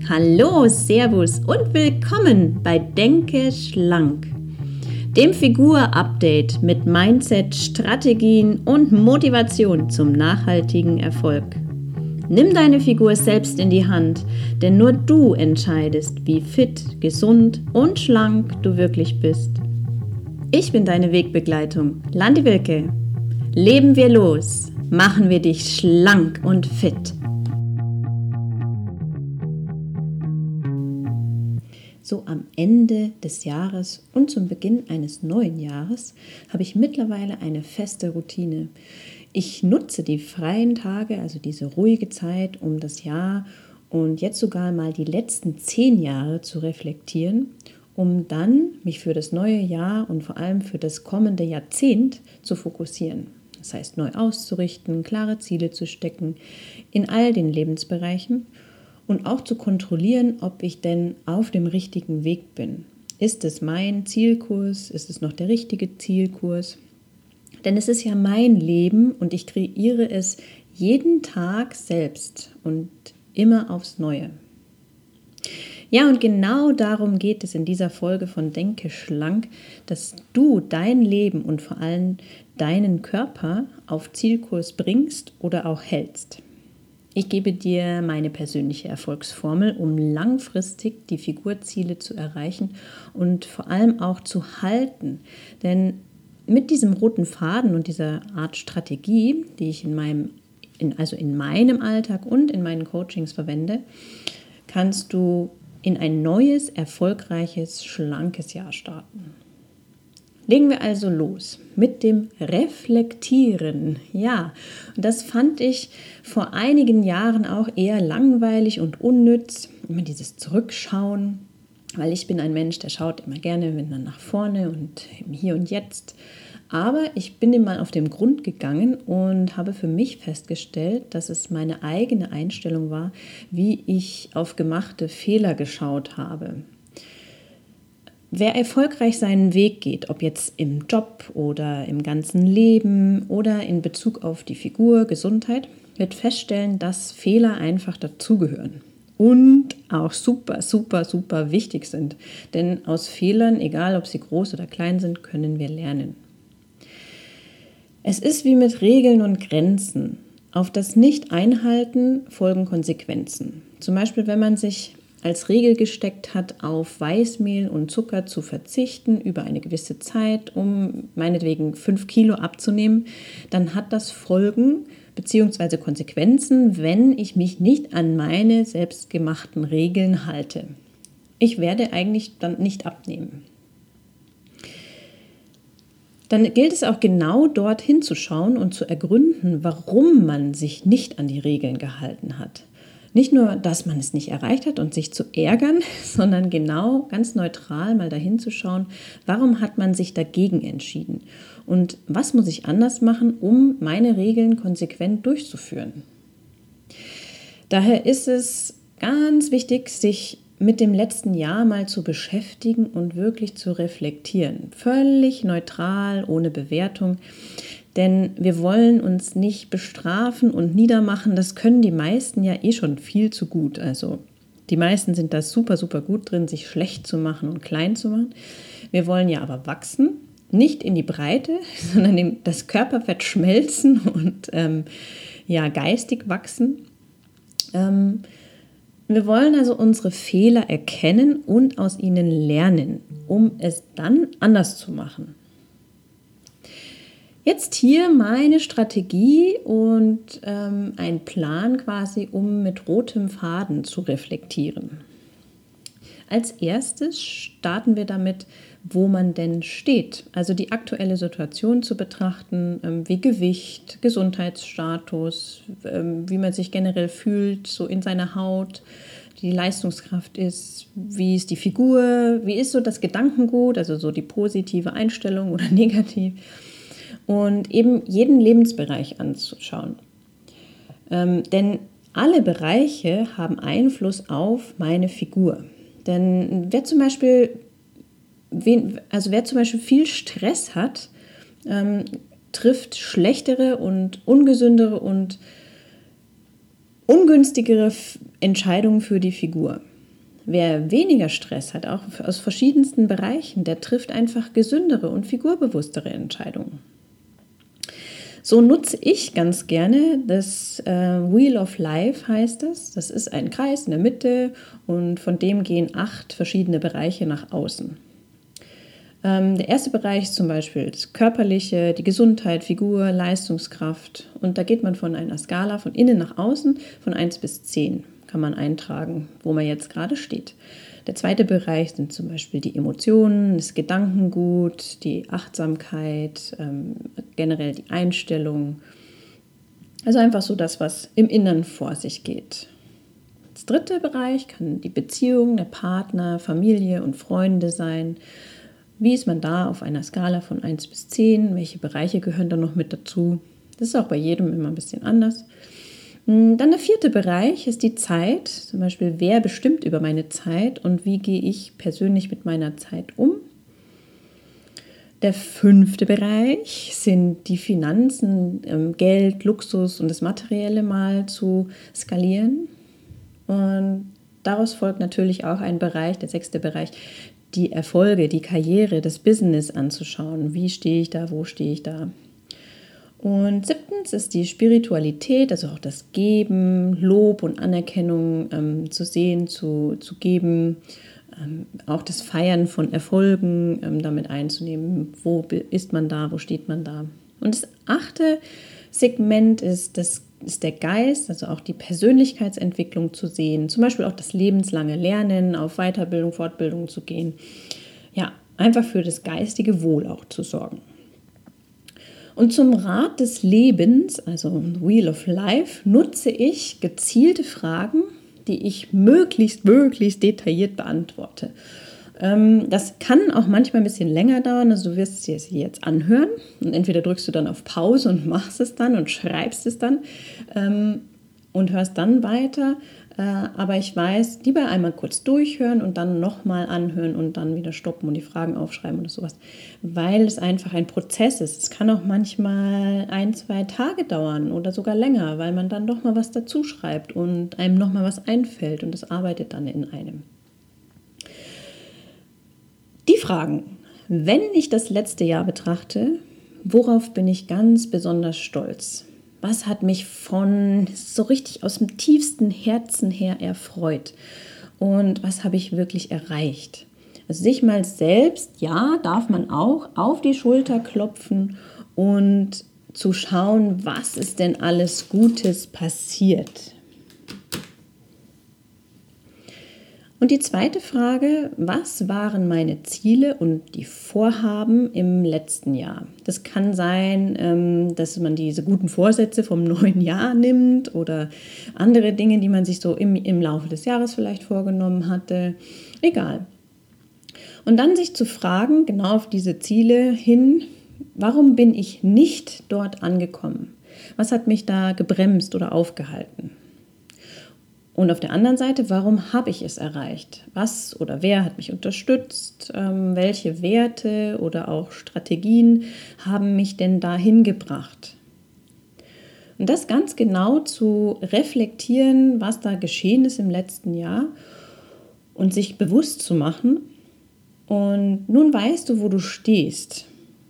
Hallo, Servus und willkommen bei Denke schlank, dem Figur-Update mit Mindset, Strategien und Motivation zum nachhaltigen Erfolg. Nimm deine Figur selbst in die Hand, denn nur du entscheidest, wie fit, gesund und schlank du wirklich bist. Ich bin deine Wegbegleitung, Landi Wilke. Leben wir los, machen wir dich schlank und fit. So am Ende des Jahres und zum Beginn eines neuen Jahres habe ich mittlerweile eine feste Routine. Ich nutze die freien Tage, also diese ruhige Zeit, um das Jahr und jetzt sogar mal die letzten 10 Jahre zu reflektieren, um dann mich für das neue Jahr und vor allem für das kommende Jahrzehnt zu fokussieren. Das heißt, neu auszurichten, klare Ziele zu stecken in all den Lebensbereichen. Und auch zu kontrollieren, ob ich denn auf dem richtigen Weg bin. Ist es mein Zielkurs? Ist es noch der richtige Zielkurs? Denn es ist ja mein Leben und ich kreiere es jeden Tag selbst und immer aufs Neue. Ja, und genau darum geht es in dieser Folge von Denke schlank, dass du dein Leben und vor allem deinen Körper auf Zielkurs bringst oder auch hältst. Ich gebe dir meine persönliche Erfolgsformel, um langfristig die Figurziele zu erreichen und vor allem auch zu halten. Denn mit diesem roten Faden und dieser Art Strategie, die ich in meinem Alltag und in meinen Coachings verwende, kannst du in ein neues, erfolgreiches, schlankes Jahr starten. Legen wir also los mit dem Reflektieren. Ja, das fand ich vor einigen Jahren auch eher langweilig und unnütz. Immer dieses Zurückschauen, weil ich bin ein Mensch, der schaut immer gerne nach vorne und im Hier und Jetzt. Aber ich bin dem mal auf den Grund gegangen und habe für mich festgestellt, dass es meine eigene Einstellung war, wie ich auf gemachte Fehler geschaut habe. Wer erfolgreich seinen Weg geht, ob jetzt im Job oder im ganzen Leben oder in Bezug auf die Figur, Gesundheit, wird feststellen, dass Fehler einfach dazugehören und auch super, super, super wichtig sind. Denn aus Fehlern, egal ob sie groß oder klein sind, können wir lernen. Es ist wie mit Regeln und Grenzen. Auf das Nicht-Einhalten folgen Konsequenzen. Zum Beispiel, wenn man sich als Regel gesteckt hat, auf Weißmehl und Zucker zu verzichten über eine gewisse Zeit, um meinetwegen 5 Kilo abzunehmen, dann hat das Folgen bzw. Konsequenzen, wenn ich mich nicht an meine selbstgemachten Regeln halte. Ich werde eigentlich dann nicht abnehmen. Dann gilt es auch genau dort hinzuschauen und zu ergründen, warum man sich nicht an die Regeln gehalten hat. Nicht nur, dass man es nicht erreicht hat und sich zu ärgern, sondern genau ganz neutral mal dahin zu schauen, warum hat man sich dagegen entschieden und was muss ich anders machen, um meine Regeln konsequent durchzuführen. Daher ist es ganz wichtig, sich mit dem letzten Jahr mal zu beschäftigen und wirklich zu reflektieren. Völlig neutral, ohne Bewertung. Denn wir wollen uns nicht bestrafen und niedermachen. Das können die meisten ja schon viel zu gut. Also die meisten sind da super, super gut drin, sich schlecht zu machen und klein zu machen. Wir wollen ja aber wachsen, nicht in die Breite, sondern in das Körperfett schmelzen und geistig wachsen. Wir wollen also unsere Fehler erkennen und aus ihnen lernen, um es dann anders zu machen. Jetzt hier meine Strategie und ein Plan quasi, um mit rotem Faden zu reflektieren. Als erstes starten wir damit, wo man denn steht. Also die aktuelle Situation zu betrachten, wie Gewicht, Gesundheitsstatus, wie man sich generell fühlt, so in seiner Haut, die Leistungskraft ist, wie ist die Figur, wie ist so das Gedankengut, also so die positive Einstellung oder negativ. Und eben jeden Lebensbereich anzuschauen. Denn alle Bereiche haben Einfluss auf meine Figur. Denn wer zum Beispiel viel Stress hat, trifft schlechtere und ungesündere und ungünstigere Entscheidungen für die Figur. Wer weniger Stress hat, auch aus verschiedensten Bereichen, der trifft einfach gesündere und figurbewusstere Entscheidungen. So nutze ich ganz gerne das Wheel of Life, heißt es. Das ist ein Kreis in der Mitte und von dem gehen 8 verschiedene Bereiche nach außen. Der erste Bereich ist zum Beispiel das Körperliche, die Gesundheit, Figur, Leistungskraft. Und da geht man von einer Skala von innen nach außen von 1 bis 10 kann man eintragen, wo man jetzt gerade steht. Der zweite Bereich sind zum Beispiel die Emotionen, das Gedankengut, die Achtsamkeit, generell die Einstellung. Also einfach so das, was im Inneren vor sich geht. Das dritte Bereich kann die Beziehung, der Partner, Familie und Freunde sein. Wie ist man da auf einer Skala von 1 bis 10? Welche Bereiche gehören da noch mit dazu? Das ist auch bei jedem immer ein bisschen anders. Dann der vierte Bereich ist die Zeit, zum Beispiel, wer bestimmt über meine Zeit und wie gehe ich persönlich mit meiner Zeit um. Der fünfte Bereich sind die Finanzen, Geld, Luxus und das Materielle mal zu skalieren. Und daraus folgt natürlich auch ein Bereich, der sechste Bereich, die Erfolge, die Karriere, das Business anzuschauen. Wie stehe ich da, wo stehe ich da? Und siebtens ist die Spiritualität, also auch das Geben, Lob und Anerkennung zu sehen, zu geben, auch das Feiern von Erfolgen damit einzunehmen. Wo ist man da, wo steht man da? Und das achte Segment ist der Geist, also auch die Persönlichkeitsentwicklung zu sehen, zum Beispiel auch das lebenslange Lernen, auf Weiterbildung, Fortbildung zu gehen. Ja, einfach für das geistige Wohl auch zu sorgen. Und zum Rat des Lebens, also Wheel of Life, nutze ich gezielte Fragen, die ich möglichst detailliert beantworte. Das kann auch manchmal ein bisschen länger dauern, also du wirst es dir jetzt anhören und entweder drückst du dann auf Pause und machst es dann und schreibst es dann und hörst dann weiter. Aber ich weiß, lieber einmal kurz durchhören und dann nochmal anhören und dann wieder stoppen und die Fragen aufschreiben oder sowas, weil es einfach ein Prozess ist. Es kann auch manchmal 1, 2 Tage dauern oder sogar länger, weil man dann doch mal was dazu schreibt und einem nochmal was einfällt und das arbeitet dann in einem. Die Fragen: Wenn ich das letzte Jahr betrachte, worauf bin ich ganz besonders stolz? Was hat mich von so richtig aus dem tiefsten Herzen her erfreut? Und was habe ich wirklich erreicht? Also sich mal selbst, ja, darf man auch auf die Schulter klopfen und zu schauen, was ist denn alles Gutes passiert. Und die zweite Frage: Was waren meine Ziele und die Vorhaben im letzten Jahr? Das kann sein, dass man diese guten Vorsätze vom neuen Jahr nimmt oder andere Dinge, die man sich so im Laufe des Jahres vielleicht vorgenommen hatte. Egal. Und dann sich zu fragen, genau auf diese Ziele hin: Warum bin ich nicht dort angekommen? Was hat mich da gebremst oder aufgehalten? Und auf der anderen Seite, warum habe ich es erreicht? Was oder wer hat mich unterstützt? Welche Werte oder auch Strategien haben mich denn dahin gebracht? Und das ganz genau zu reflektieren, was da geschehen ist im letzten Jahr und sich bewusst zu machen. Und nun weißt du, wo du stehst.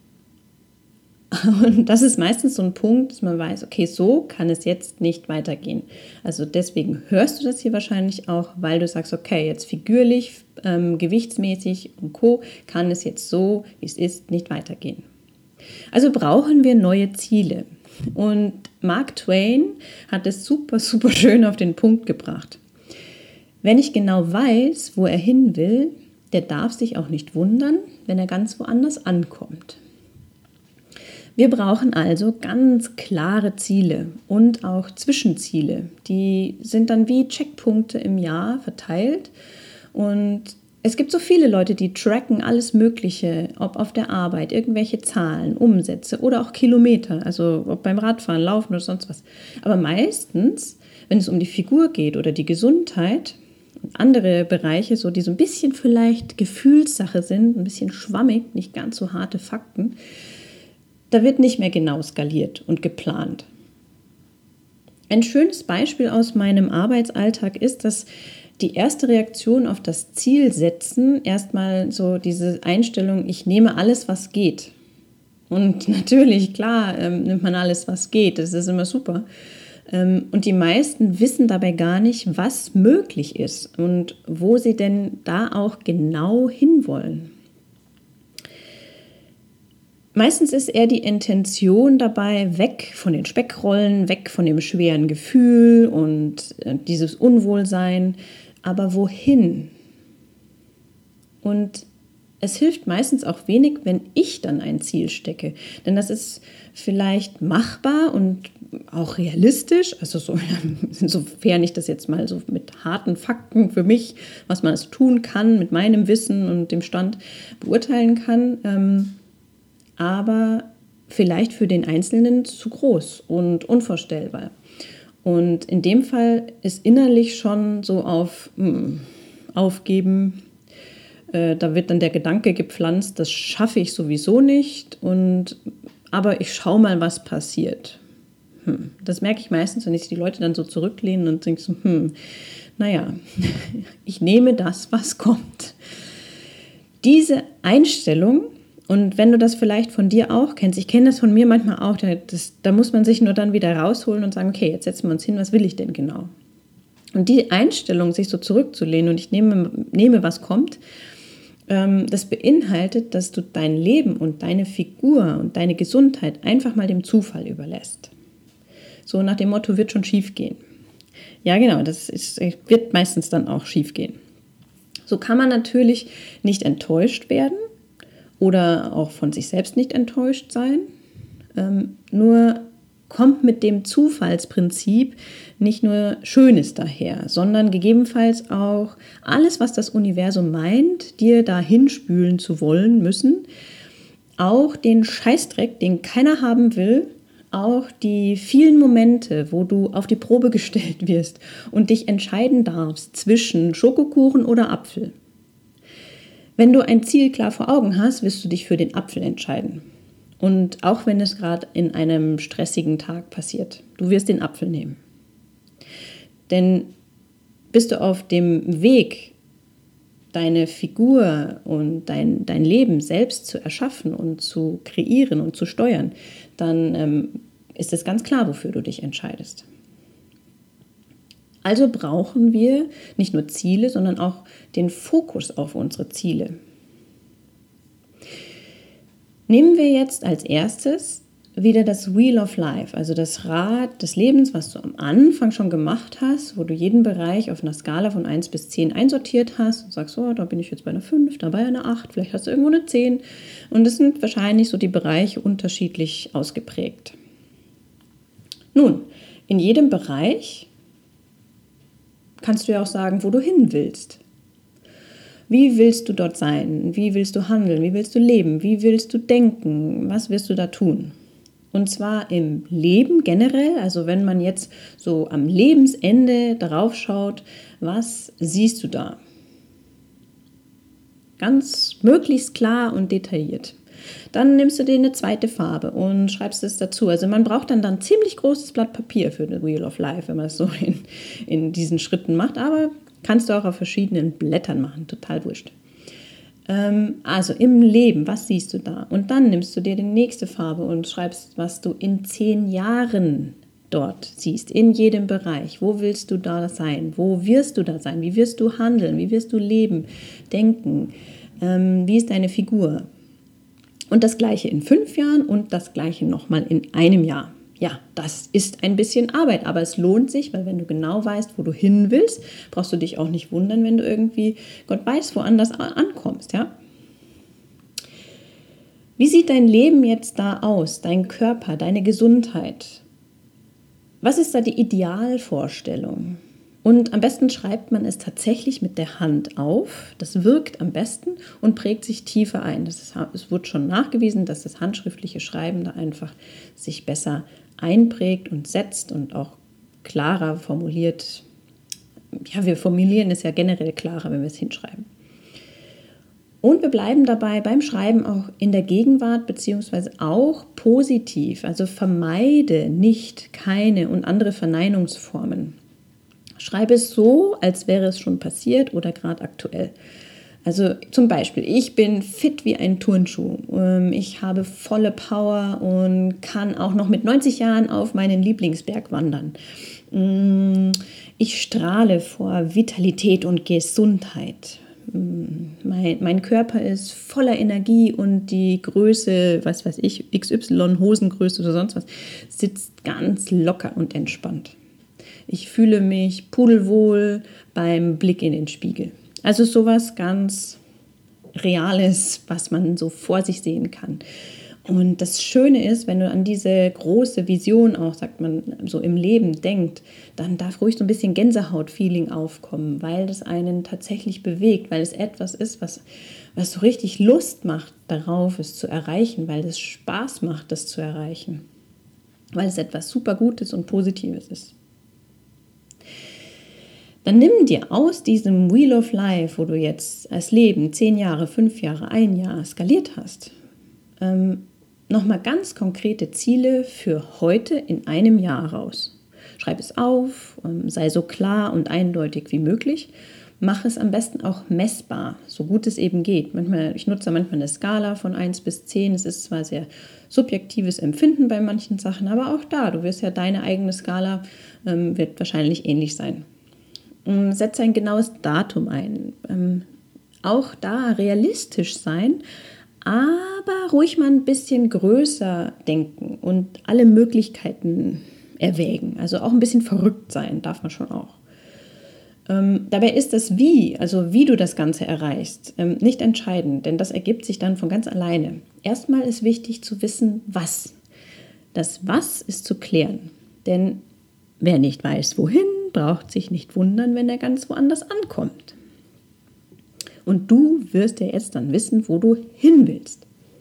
Und das ist meistens so ein Punkt, dass man weiß, okay, so kann es jetzt nicht weitergehen. Also deswegen hörst du das hier wahrscheinlich auch, weil du sagst, okay, jetzt figürlich, gewichtsmäßig und Co. kann es jetzt so, wie es ist, nicht weitergehen. Also brauchen wir neue Ziele. Und Mark Twain hat es super schön auf den Punkt gebracht. Wenn ich genau weiß, wo er hin will, der darf sich auch nicht wundern, wenn er ganz woanders ankommt. Wir brauchen also ganz klare Ziele und auch Zwischenziele. Die sind dann wie Checkpunkte im Jahr verteilt. Und es gibt so viele Leute, die tracken alles Mögliche, ob auf der Arbeit, irgendwelche Zahlen, Umsätze oder auch Kilometer, also ob beim Radfahren, Laufen oder sonst was. Aber meistens, wenn es um die Figur geht oder die Gesundheit und andere Bereiche, so die so ein bisschen vielleicht Gefühlssache sind, ein bisschen schwammig, nicht ganz so harte Fakten, da wird nicht mehr genau skaliert und geplant. Ein schönes Beispiel aus meinem Arbeitsalltag ist, dass die erste Reaktion auf das Ziel setzen, erstmal so diese Einstellung, ich nehme alles, was geht. Und natürlich, klar, nimmt man alles, was geht, das ist immer super. Und die meisten wissen dabei gar nicht, was möglich ist und wo sie denn da auch genau hinwollen. Meistens ist eher die Intention dabei, weg von den Speckrollen, weg von dem schweren Gefühl und dieses Unwohlsein. Aber wohin? Und es hilft meistens auch wenig, wenn ich dann ein Ziel stecke. Denn das ist vielleicht machbar und auch realistisch. Also sofern ich das jetzt mal so mit harten Fakten für mich, was man also tun kann, mit meinem Wissen und dem Stand beurteilen kann. Aber vielleicht für den Einzelnen zu groß und unvorstellbar. Und in dem Fall ist innerlich schon so auf Aufgeben, da wird dann der Gedanke gepflanzt, das schaffe ich sowieso nicht, aber ich schaue mal, was passiert. Das merke ich meistens, wenn ich die Leute dann so zurücklehnen und denke so, naja, ich nehme das, was kommt. Diese Einstellung, und wenn du das vielleicht von dir auch kennst, ich kenne das von mir manchmal auch, da muss man sich nur dann wieder rausholen und sagen, okay, jetzt setzen wir uns hin, was will ich denn genau? Und die Einstellung, sich so zurückzulehnen und ich nehme was kommt, das beinhaltet, dass du dein Leben und deine Figur und deine Gesundheit einfach mal dem Zufall überlässt. So nach dem Motto, wird schon schief gehen. Ja, genau, wird meistens dann auch schief gehen. So kann man natürlich nicht enttäuscht werden oder auch von sich selbst nicht enttäuscht sein. Nur kommt mit dem Zufallsprinzip nicht nur Schönes daher, sondern gegebenenfalls auch alles, was das Universum meint, dir dahin spülen zu wollen müssen, auch den Scheißdreck, den keiner haben will, auch die vielen Momente, wo du auf die Probe gestellt wirst und dich entscheiden darfst zwischen Schokokuchen oder Apfel. Wenn du ein Ziel klar vor Augen hast, wirst du dich für den Apfel entscheiden. Und auch wenn es gerade in einem stressigen Tag passiert, du wirst den Apfel nehmen. Denn bist du auf dem Weg, deine Figur und dein Leben selbst zu erschaffen und zu kreieren und zu steuern, dann ist es ganz klar, wofür du dich entscheidest. Also brauchen wir nicht nur Ziele, sondern auch den Fokus auf unsere Ziele. Nehmen wir jetzt als erstes wieder das Wheel of Life, also das Rad des Lebens, was du am Anfang schon gemacht hast, wo du jeden Bereich auf einer Skala von 1 bis 10 einsortiert hast und sagst, da bin ich jetzt bei einer 5, da bei einer 8, vielleicht hast du irgendwo eine 10. Und das sind wahrscheinlich so die Bereiche unterschiedlich ausgeprägt. Nun, in jedem Bereich kannst du ja auch sagen, wo du hin willst. Wie willst du dort sein? Wie willst du handeln? Wie willst du leben? Wie willst du denken? Was wirst du da tun? Und zwar im Leben generell, also wenn man jetzt so am Lebensende darauf schaut, was siehst du da? Ganz möglichst klar und detailliert. Dann nimmst du dir eine zweite Farbe und schreibst es dazu. Also man braucht dann ein ziemlich großes Blatt Papier für das Wheel of Life, wenn man es so in diesen Schritten macht. Aber kannst du auch auf verschiedenen Blättern machen, total wurscht. Also im Leben, was siehst du da? Und dann nimmst du dir die nächste Farbe und schreibst, was du in 10 Jahren dort siehst, in jedem Bereich. Wo willst du da sein? Wo wirst du da sein? Wie wirst du handeln? Wie wirst du leben, denken? Wie ist deine Figur? Und das Gleiche in 5 Jahren und das Gleiche nochmal in einem Jahr. Ja, das ist ein bisschen Arbeit, aber es lohnt sich, weil wenn du genau weißt, wo du hin willst, brauchst du dich auch nicht wundern, wenn du irgendwie, Gott weiß, woanders ankommst, ja? Wie sieht dein Leben jetzt da aus, dein Körper, deine Gesundheit? Was ist da die Idealvorstellung? Und am besten schreibt man es tatsächlich mit der Hand auf. Das wirkt am besten und prägt sich tiefer ein. Es wurde schon nachgewiesen, dass das handschriftliche Schreiben da einfach sich besser einprägt und setzt und auch klarer formuliert. Ja, wir formulieren es ja generell klarer, wenn wir es hinschreiben. Und wir bleiben dabei beim Schreiben auch in der Gegenwart beziehungsweise auch positiv. Also vermeide nicht keine und andere Verneinungsformen. Schreibe es so, als wäre es schon passiert oder gerade aktuell. Also zum Beispiel, ich bin fit wie ein Turnschuh. Ich habe volle Power und kann auch noch mit 90 Jahren auf meinen Lieblingsberg wandern. Ich strahle vor Vitalität und Gesundheit. Mein Körper ist voller Energie und die Größe, was weiß ich, XY, Hosengröße oder sonst was, sitzt ganz locker und entspannt. Ich fühle mich pudelwohl beim Blick in den Spiegel. Also sowas ganz Reales, was man so vor sich sehen kann. Und das Schöne ist, wenn du an diese große Vision auch, sagt man, so im Leben denkt, dann darf ruhig so ein bisschen Gänsehaut-Feeling aufkommen, weil das einen tatsächlich bewegt, weil es etwas ist, was so richtig Lust macht darauf, es zu erreichen, weil es Spaß macht, das zu erreichen, weil es etwas super Gutes und Positives ist. Dann nimm dir aus diesem Wheel of Life, wo du jetzt als Leben 10 Jahre, 5 Jahre, 1 Jahr skaliert hast, nochmal ganz konkrete Ziele für heute in einem Jahr raus. Schreib es auf, sei so klar und eindeutig wie möglich. Mach es am besten auch messbar, so gut es eben geht. Ich nutze manchmal eine Skala von 1 bis 10. Es ist zwar sehr subjektives Empfinden bei manchen Sachen, aber auch da, du wirst ja deine eigene Skala, wird wahrscheinlich ähnlich sein. Setze ein genaues Datum ein. Auch da realistisch sein, aber ruhig mal ein bisschen größer denken und alle Möglichkeiten erwägen. Also auch ein bisschen verrückt sein darf man schon auch. Dabei ist das Wie, also wie du das Ganze erreichst, nicht entscheidend, denn das ergibt sich dann von ganz alleine. Erstmal ist wichtig zu wissen, was. Das Was ist zu klären, denn wer nicht weiß, wohin, braucht sich nicht wundern, wenn er ganz woanders ankommt. Und du wirst ja jetzt dann wissen, wo du hin willst.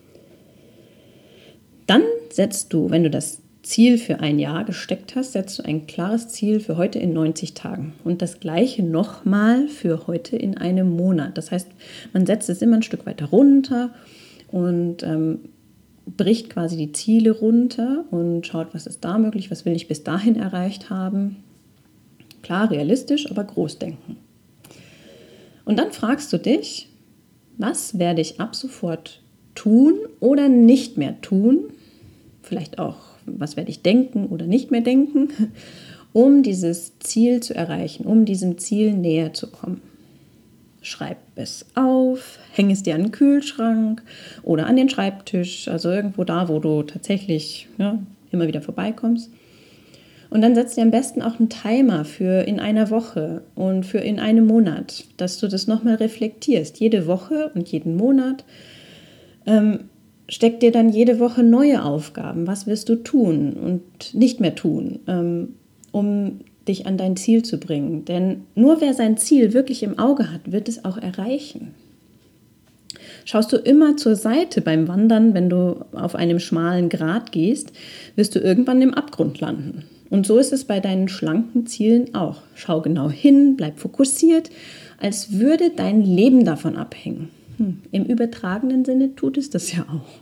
Dann setzt du, wenn du das Ziel für ein Jahr gesteckt hast, setzt du ein klares Ziel für heute in 90 Tagen. Und das gleiche nochmal für heute in einem Monat. Das heißt, man setzt es immer ein Stück weiter runter und bricht quasi die Ziele runter und schaut, was ist da möglich, was will ich bis dahin erreicht haben. Klar, realistisch, aber groß denken. Und dann fragst du dich, was werde ich ab sofort tun oder nicht mehr tun? Vielleicht auch, was werde ich denken oder nicht mehr denken, um dieses Ziel zu erreichen, um diesem Ziel näher zu kommen. Schreib es auf, häng es dir an den Kühlschrank oder an den Schreibtisch, also irgendwo da, wo du tatsächlich immer wieder vorbeikommst. Und dann setzt dir am besten auch einen Timer für in einer Woche und für in einem Monat, dass du das nochmal reflektierst. Jede Woche und jeden Monat steck dir dann jede Woche neue Aufgaben. Was wirst du tun und nicht mehr tun, um dich an dein Ziel zu bringen? Denn nur wer sein Ziel wirklich im Auge hat, wird es auch erreichen. Schaust du immer zur Seite beim Wandern, wenn du auf einem schmalen Grat gehst, wirst du irgendwann im Abgrund landen. Und so ist es bei deinen schlanken Zielen auch. Schau genau hin, bleib fokussiert, als würde dein Leben davon abhängen. Im übertragenen Sinne tut es das ja auch.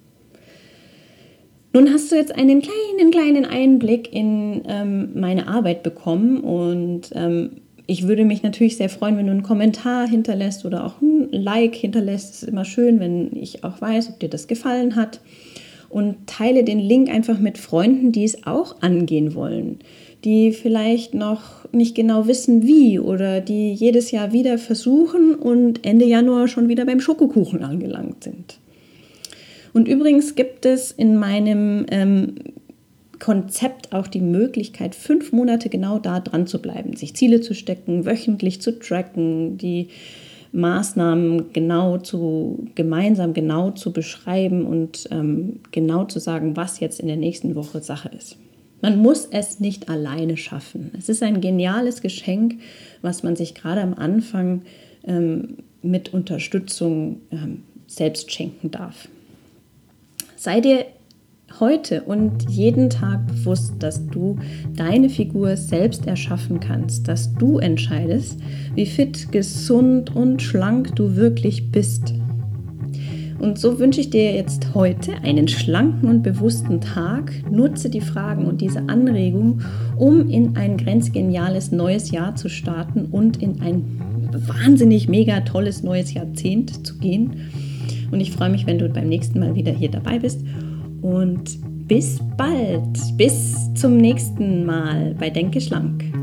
Nun hast du jetzt einen kleinen Einblick in meine Arbeit bekommen und ich würde mich natürlich sehr freuen, wenn du einen Kommentar hinterlässt oder auch ein Like hinterlässt. Es ist immer schön, wenn ich auch weiß, ob dir das gefallen hat. Und teile den Link einfach mit Freunden, die es auch angehen wollen, die vielleicht noch nicht genau wissen, wie oder die jedes Jahr wieder versuchen und Ende Januar schon wieder beim Schokokuchen angelangt sind. Und übrigens gibt es in meinem Konzept auch die Möglichkeit, 5 Monate genau da dran zu bleiben, sich Ziele zu stecken, wöchentlich zu tracken, die Maßnahmen gemeinsam genau zu beschreiben und genau zu sagen, was jetzt in der nächsten Woche Sache ist. Man muss es nicht alleine schaffen. Es ist ein geniales Geschenk, was man sich gerade am Anfang mit Unterstützung selbst schenken darf. Sei dir heute und jeden Tag bewusst, dass du deine Figur selbst erschaffen kannst, dass du entscheidest, wie fit, gesund und schlank du wirklich bist. Und so wünsche ich dir jetzt heute einen schlanken und bewussten Tag. Nutze die Fragen und diese Anregung, um in ein grenzgeniales neues Jahr zu starten und in ein wahnsinnig mega tolles neues Jahrzehnt zu gehen. Und ich freue mich, wenn du beim nächsten Mal wieder hier dabei bist. Und bis bald. Bis zum nächsten Mal bei Denke Schlank.